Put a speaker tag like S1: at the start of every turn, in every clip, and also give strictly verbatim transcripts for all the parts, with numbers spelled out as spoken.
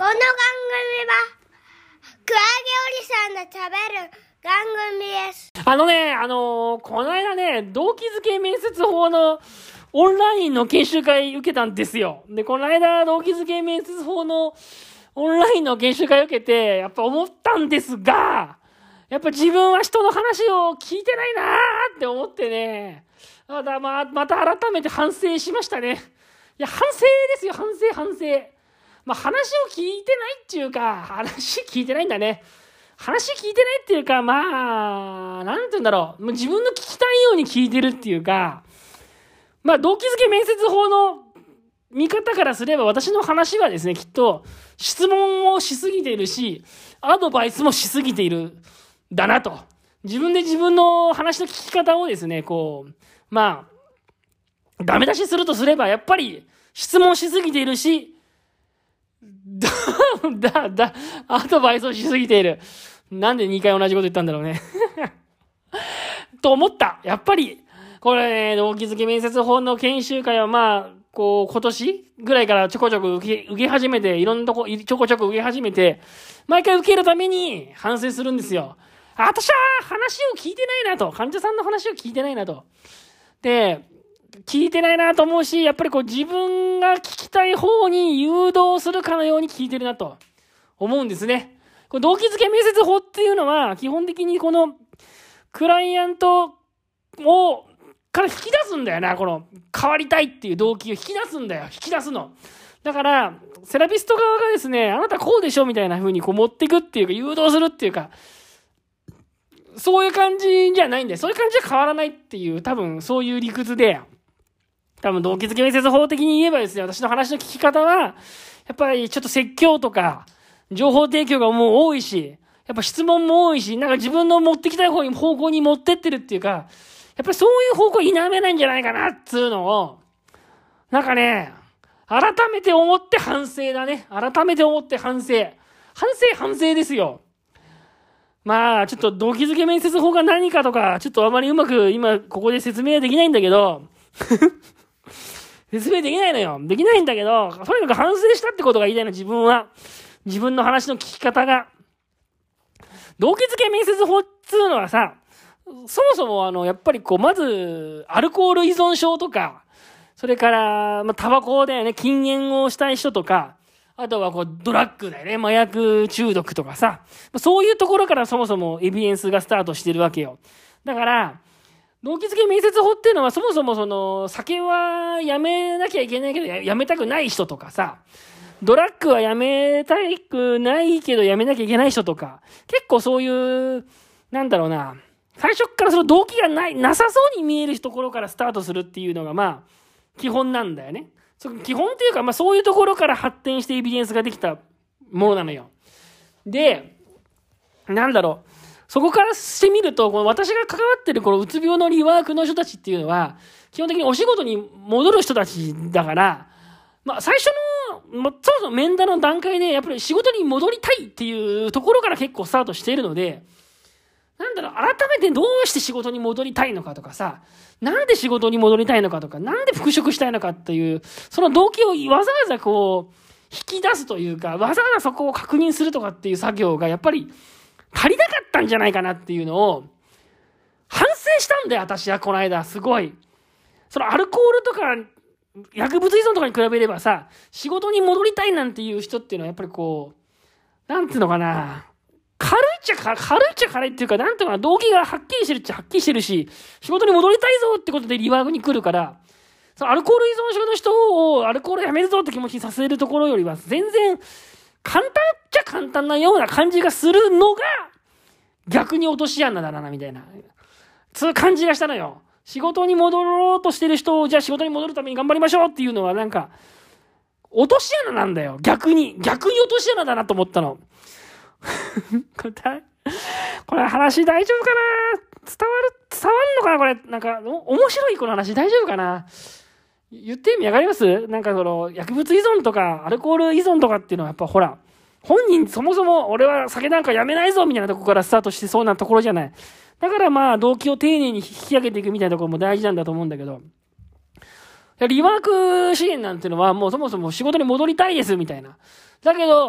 S1: この番組はクラゲおじさんの食べる番組です。
S2: あのね、あのー、この間ね、動機づけ面接法のオンラインの研修会受けたんですよ。で、この間動機づけ面接法のオンラインの研修会受けて、やっぱ思ったんですが、やっぱ自分は人の話を聞いてないなーって思ってね、また、まあ、また改めて反省しましたね。いや、反省ですよ、反省、反省。まあ、話を聞いてないっていうか、話聞いてないんだね。話聞いてないっていうか、まあ、なんて言うんだろう。もう自分の聞きたいように聞いてるっていうか、まあ、動機づけ面接法の見方からすれば、私の話はですね、きっと、質問をしすぎているし、アドバイスもしすぎている、だなと。自分で自分の話の聞き方をですね、こう、まあ、ダメ出しするとすれば、やっぱり、質問しすぎているし、だ、だ、だ、アドバイスをしすぎている。なんでにかい同じこと言ったんだろうね。と思った。やっぱり、これね、動機づけ面接法の研修会はまあ、こう、今年ぐらいからちょこちょこ受け、受け始めて、いろんなとこ、ちょこちょこ受け始めて、毎回受けるために反省するんですよ。あ、私は話を聞いてないなと。患者さんの話を聞いてないなと。で、聞いてないなと思うし、やっぱりこう自分が聞きたい方に誘導するかのように聞いてるなと思うんですね。これ動機づけ面接法っていうのは、基本的にこのクライアントを、から引き出すんだよな。この変わりたいっていう動機を引き出すんだよ。引き出すの。だから、セラピスト側がですね、あなたこうでしょみたいな風にこう持っていくっていうか、誘導するっていうか、そういう感じじゃないんだよ。そういう感じじゃ変わらないっていう、多分そういう理屈で、多分動機づけ面接法的に言えばですね、私の話の聞き方は、やっぱりちょっと説教とか、情報提供がもう多いし、やっぱ質問も多いし、なんか自分の持ってきたい方に、方向に持ってってるっていうか、やっぱりそういう方向否めないんじゃないかな、っつうのを、なんかね、改めて思って反省だね。改めて思って反省。反省反省ですよ。まあ、ちょっと動機づけ面接法が何かとか、ちょっとあまりうまく今ここで説明はできないんだけど、説明できないのよ。できないんだけど、とにかく反省したってことが言いたいの、自分は。自分の話の聞き方が。動機づけ面接法っつうのはさ、そもそもあの、やっぱりこう、まず、アルコール依存症とか、それから、まあ、タバコだよね、禁煙をしたい人とか、あとはこう、ドラッグだよね、麻薬中毒とかさ、そういうところからそもそもエビデンスがスタートしてるわけよ。だから、動機づけ面接法っていうのはそもそもその酒はやめなきゃいけないけど や, やめたくない人とかさ、ドラッグはやめたくないけどやめなきゃいけない人とか、結構そういうなんだろうな、最初からその動機がないなさそうに見えるところからスタートするっていうのがまあ基本なんだよね。そ基本っていうかまあそういうところから発展してエビデンスができたものなのよ。で、なんだろう。そこからしてみると、この私が関わってるこのうつ病のリワークの人たちっていうのは、基本的にお仕事に戻る人たちだから、まあ最初の、まあ、そもそも面談の段階でやっぱり仕事に戻りたいっていうところから結構スタートしているので、なんだろう、改めてどうして仕事に戻りたいのかとかさ、なんで仕事に戻りたいのかとか、なんで復職したいのかっていう、その動機をわざわざこう、引き出すというか、わざわざそこを確認するとかっていう作業がやっぱり、足りなかったんじゃないかなっていうのを反省したんだよ、私はこの間。すごい。そのアルコールとか薬物依存とかに比べればさ、仕事に戻りたいなんていう人っていうのはやっぱりこう、なんていうのかな。軽いっちゃ軽いっちゃ軽いっていうか、なんていうのかな、動機がはっきりしてるっちゃはっきりしてるし、仕事に戻りたいぞってことでリワークに来るから、そのアルコール依存症の人をアルコールやめるぞって気持ちにさせるところよりは全然、簡単っちゃ簡単なような感じがするのが逆に落とし穴だなみたいな、そういう感じがしたのよ。仕事に戻ろうとしてる人をじゃあ仕事に戻るために頑張りましょうっていうのはなんか落とし穴なんだよ。逆に逆に落とし穴だなと思ったの。これ話大丈夫かな、伝わる伝わるのかな、これなんか面白いこの話大丈夫かな、言ってみわかります？なんかその薬物依存とかアルコール依存とかっていうのはやっぱほら、本人そもそも俺は酒なんかやめないぞみたいなところからスタートしてそうなところじゃない。だからまあ動機を丁寧に引き上げていくみたいなところも大事なんだと思うんだけど、リワーク支援なんていうのはもうそもそも仕事に戻りたいですみたいな。だけど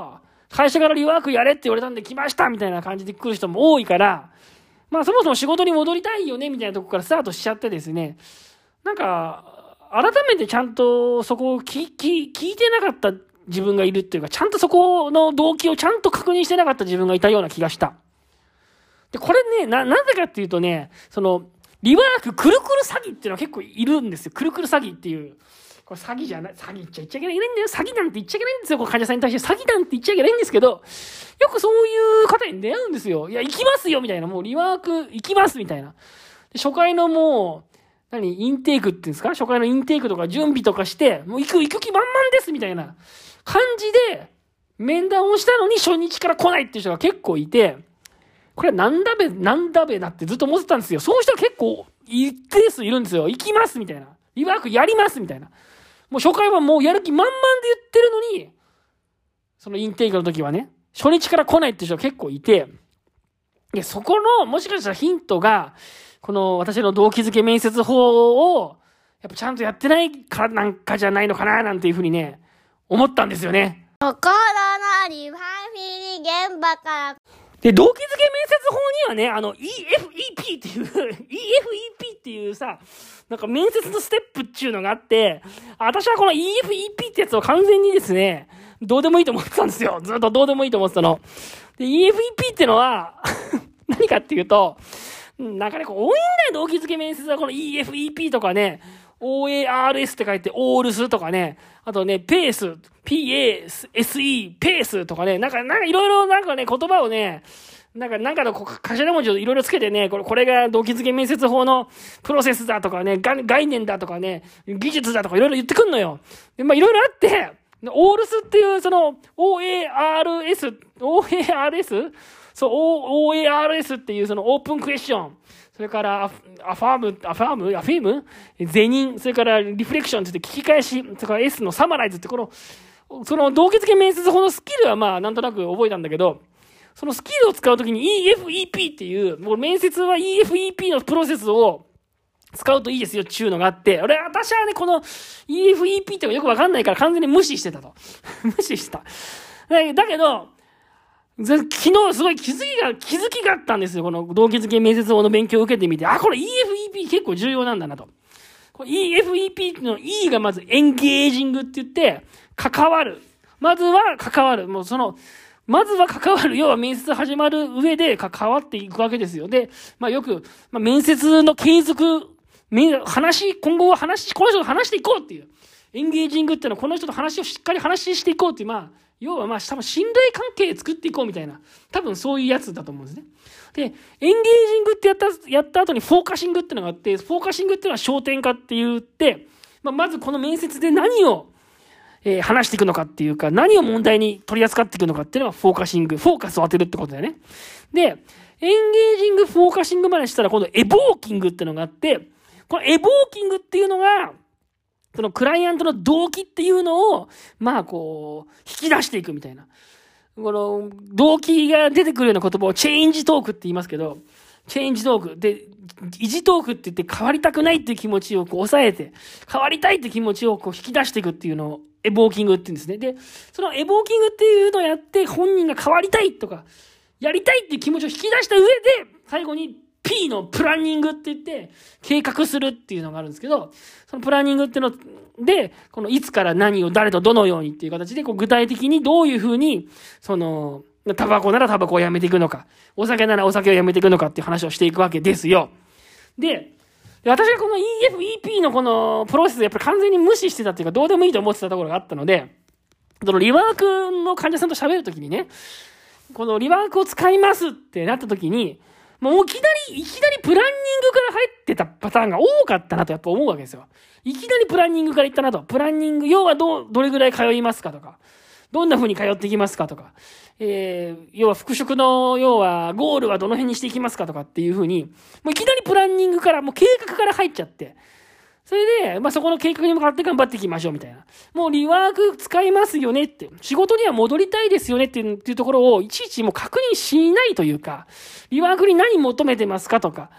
S2: 会社からリワークやれって言われたんで来ましたみたいな感じで来る人も多いから、まあそもそも仕事に戻りたいよねみたいなとこからスタートしちゃってですね、なんか改めてちゃんとそこを聞き、聞いてなかった自分がいるっていうか、ちゃんとそこの動機をちゃんと確認してなかった自分がいたような気がした。で、これね、な、なぜかっていうとね、その、リワークくるくる詐欺っていうのは結構いるんですよ。くるくる詐欺っていう。これ詐欺じゃない、詐欺言っちゃいけないんだよ。詐欺なんて言っちゃいけないんですよ。この患者さんに対して詐欺なんて言っちゃいけないんですけど、よくそういう方に出会うんですよ。いや、行きますよみたいな。もうリワーク行きますみたいな。で初回のもう、何、インテークっていうんですか？初回のインテークとか準備とかして、もう行く、行く気満々ですみたいな感じで、面談をしたのに初日から来ないっていう人が結構いて、これはなんだべ、なんだべなってずっと思ってたんですよ。そういう人が結構一定数いるんですよ。行きますみたいな。リワークやりますみたいな。もう初回はもうやる気満々で言ってるのに、そのインテークの時はね、初日から来ないっていう人が結構いて、で、そこの、もしかしたらヒントが、この私の動機づけ面接法を、やっぱちゃんとやってないからなんかじゃないのかな、なんていうふうにね、思ったんですよね。
S1: 心のリファフィリ現場から。
S2: で、動機づけ面接法にはね、あの、イーエフイーピー っていう、イーエフイーピー っていうさ、なんか面接のステップっていうのがあって、私はこの イーエフイーピー ってやつを完全にですね、どうでもいいと思ってたんですよ。ずっとどうでもいいと思ってたの。で、イーエフイーピー ってのは、何かっていうと、なんかね、こう多いんだよ、動機づけ面接はこの イーエフイーピー とかね、オーエーアールエス って書いて、オールスとかね、あとね、ペース、ピーエーエスイー、ペースとかね、なんか、なんかいろいろなんかね、言葉をね、なんか、なんかの頭文字をいろいろつけてね、これ、これが動機づけ面接法のプロセスだとかね、概念だとかね、技術だとかいろいろ言ってくんのよ。で、まあいろいろあって、オールスっていうその オーエーアールエス、オーエーアールエス? そう、オーエーアールエス っていうそのオープンクエスチョン。それからアファーム、アファーム、アフィーム是認、それからリフレクションって言って聞き返し、それから S のサマライズってこの、その動機づけ面接法のスキルはまあなんとなく覚えたんだけど、そのスキルを使うときに イーエフイーピー っていう、もう面接は イーエフイーピー のプロセスを使うといいですよっていうのがあって、俺、私はね、この イーエフイーピー ってよくわかんないから完全に無視してたと。無視した。だけど、昨日すごい気づきが、気づきがあったんですよ。この動機づけ面接法の勉強を受けてみて。あ、これ イーエフイーピー 結構重要なんだなと。これ イーエフイーピー の E がまずエンゲージングって言って、関わる。まずは関わる。もうその、まずは関わる。要は面接始まる上で関わっていくわけですよ。で、まあよく、まあ面接の継続、話、今後は話、この人と話していこうっていう。エンゲージングっていうのはこの人と話をしっかり話していこうっていう、まあ、要はまあ多分信頼関係作っていこうみたいな、多分そういうやつだと思うんですね。で、エンゲージングってやった、やった後にフォーカシングっていうのがあって、フォーカシングっていうのは焦点化って言って、まあ、まずこの面接で何を、えー、話していくのかっていうか、何を問題に取り扱っていくのかっていうのがフォーカシング、フォーカスを当てるってことだよね。で、エンゲージング、フォーカシングまでしたら今度エボーキングっていうのがあって、このエボーキングっていうのが、そのクライアントの動機っていうのを、まあこう、引き出していくみたいな。この、動機が出てくるような言葉をチェインジトークって言いますけど、チェインジトーク。で、維持トークって言って変わりたくないっていう気持ちをこう抑えて、変わりたいって気持ちをこう引き出していくっていうのをエボーキングって言うんですね。で、そのエボーキングっていうのをやって本人が変わりたいとか、やりたいっていう気持ちを引き出した上で、最後にP のプランニングって言って計画するっていうのがあるんですけど、そのプランニングっていうので、このいつから何を誰とどのようにっていう形で、こう具体的にどういうふうに、その、タバコならタバコをやめていくのか、お酒ならお酒をやめていくのかっていう話をしていくわけですよ。で、私がこの イーエフイーピー のこのプロセスをやっぱり完全に無視してたっていうか、どうでもいいと思ってたところがあったので、そのリワークの患者さんと喋るときにね、このリワークを使いますってなったときに、もういきなり、いきなりプランニングから入ってたパターンが多かったなとやっぱ思うわけですよ。いきなりプランニングから言ったなと。プランニング、要はどう、どれぐらい通いますかとか、どんな風に通っていきますかとか、えー、要は復職の、要はゴールはどの辺にしていきますかとかっていう風に、もういきなりプランニングから、もう計画から入っちゃって、それで、まあ、そこの計画に向かって頑張っていきましょうみたいな。もうリワーク使いますよねって、仕事には戻りたいですよねっていう、っていうところをいちいちもう確認しないというか、リワークに何求めてますかとか、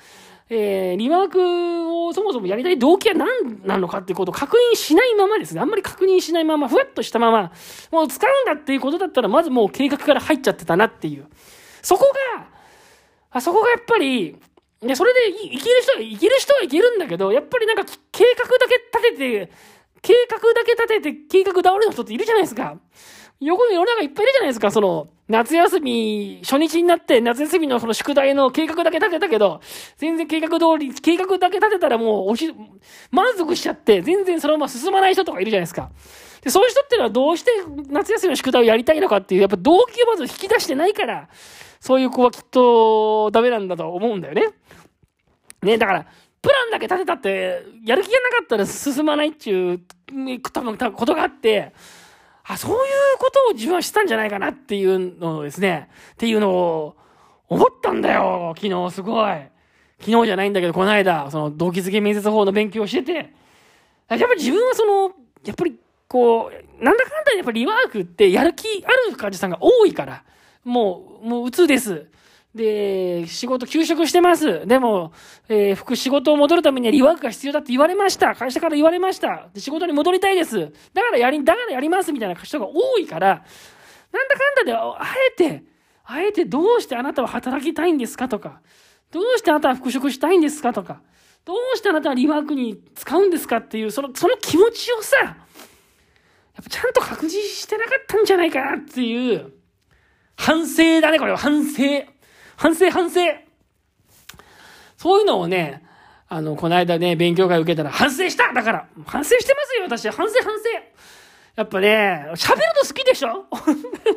S2: えー、リワークをそもそもやりたい動機は何なのかっていうことを確認しないままですね。あんまり確認しないまま、ふわっとしたまま、もう使うんだっていうことだったら、まずもう計画から入っちゃってたなっていう。そこが、あそこがやっぱり、で、それでいける人は、いける人はいけるんだけど、やっぱりなんか計画だけ立てて、計画だけ立てて、計画倒れの人っているじゃないですか。横に世の中いっぱいいるじゃないですか、その、夏休み、初日になって夏休みのその宿題の計画だけ立てたけど、全然計画通り、計画だけ立てたらもう、おし、満足しちゃって、全然そのまま進まない人とかいるじゃないですか。で、そういう人ってのはどうして夏休みの宿題をやりたいのかっていう、やっぱ動機をまず引き出してないから、そういう子はきっとダメなんだと思うんだよね。ね、だから、プランだけ立てたって、やる気がなかったら進まないっていう、多分、多分ことがあって、あ、そういうことを自分はしたんじゃないかなっていうのをですね、っていうのを思ったんだよ、昨日すごい。昨日じゃないんだけど、この間、その動機づけ面接法の勉強をしてて、やっぱり自分はその、やっぱりこう、なんだかんだやっぱりリワークってやる気ある患者さんが多いから、もう、もう鬱です。で、仕事休職してます。でも、えー、副仕事を戻るためにはリワークが必要だって言われました。会社から言われました。で、仕事に戻りたいです。だからやり、だからやりますみたいな人が多いから、なんだかんだで、あえて、あえてどうしてあなたは働きたいんですかとか、どうしてあなたは復職したいんですかとか、どうしてあなたはリワークに使うんですかっていう、その、その気持ちをさ、やっぱちゃんと確認してなかったんじゃないかなっていう、反省だね、これは反省。反省反省。そういうのをね、あの、この間ね、勉強会受けたら反省しただから反省してますよ、私。反省反省。やっぱね、喋るの好きでしょこんだけポッ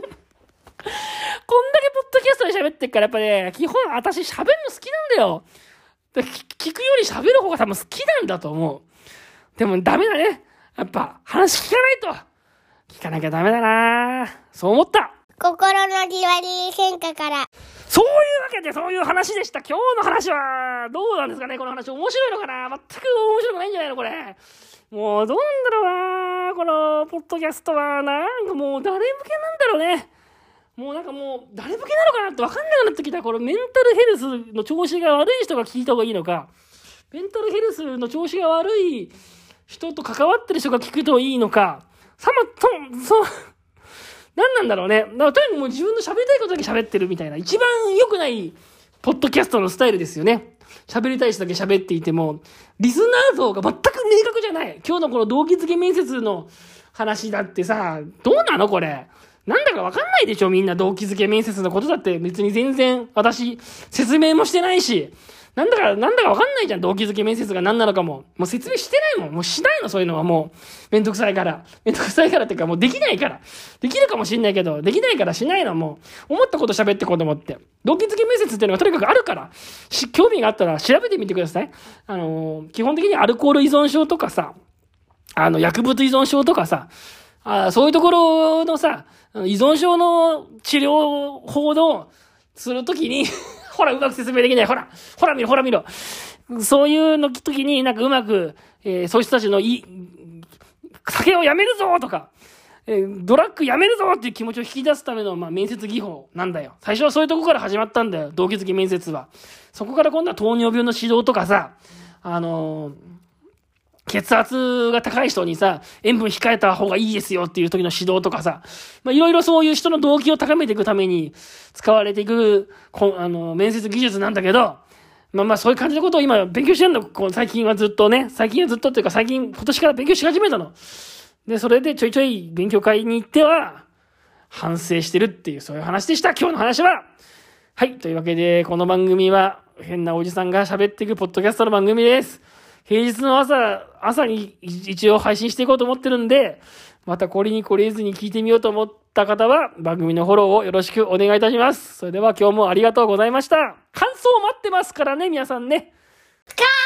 S2: ドキャストで喋ってっから、やっぱね、基本私喋るの好きなんだよ。聞くより喋る方が多分好きなんだと思う。でもダメだね。やっぱ話聞かないと。聞かなきゃダメだな。そう思った。
S1: 心のリワリー喧嘩から。
S2: そういうわけでそういう話でした。今日の話はどうなんですかね、この話面白いのかな。全く面白くないんじゃないのこれ。もうどうなんだろうな、このポッドキャストは。なんかもう誰向けなんだろうね。もうなんかもう誰向けなのかなって分かんなくなってきた。このメンタルヘルスの調子が悪い人が聞いた方がいいのか、メンタルヘルスの調子が悪い人と関わってる人が聞くといいのか、さまと、そう、何なんだろうね。だからとにかくもう自分の喋りたいことだけ喋ってるみたいな、一番良くないポッドキャストのスタイルですよね。喋りたい人だけ喋っていても、リスナー像が全く明確じゃない。今日のこの動機づけ面接の話だってさ、どうなのこれ。なんだかわかんないでしょみんな。動機づけ面接のことだって別に全然私説明もしてないし、なんだか、なんだかわかんないじゃん。動機づけ面接が何なのかも。もう説明してないもん。もうしないの、そういうのはもう。めんどくさいから。めんどくさいからっていうかもうできないから。できるかもしんないけど、できないからしないの。もう、思ったこと喋ってこうと思って。動機づけ面接っていうのがとにかくあるから、し、興味があったら調べてみてください。あのー、基本的にアルコール依存症とかさ、あの、薬物依存症とかさ、あそういうところのさ、依存症の治療法のするときに、ほら、うまく説明できない。ほら、ほら見ろ、ほら見ろ。そういうの時になんかうまく、えー、そういう人たちのい、酒をやめるぞとか、えー、ドラッグやめるぞっていう気持ちを引き出すための、まあ、面接技法なんだよ。最初はそういうとこから始まったんだよ。動機づけ面接は。そこから今度は糖尿病の指導とかさ、あのー、血圧が高い人にさ、塩分控えた方がいいですよっていう時の指導とかさ、まあいろいろそういう人の動機を高めていくために使われていく、こあの、面接技術なんだけど、まあまあそういう感じのことを今勉強してるの、こう最近はずっとね、最近はずっとっていうか最近、今年から勉強し始めたの。で、それでちょいちょい勉強会に行っては、反省してるっていう、そういう話でした、今日の話は。はい、というわけで、この番組は変なおじさんが喋っていくポッドキャストの番組です。平日の朝、朝に一応配信していこうと思ってるんで、またこれにこれずに聞いてみようと思った方は、番組のフォローをよろしくお願いいたします。それでは今日もありがとうございました。感想待ってますからね、皆さんね。
S1: かー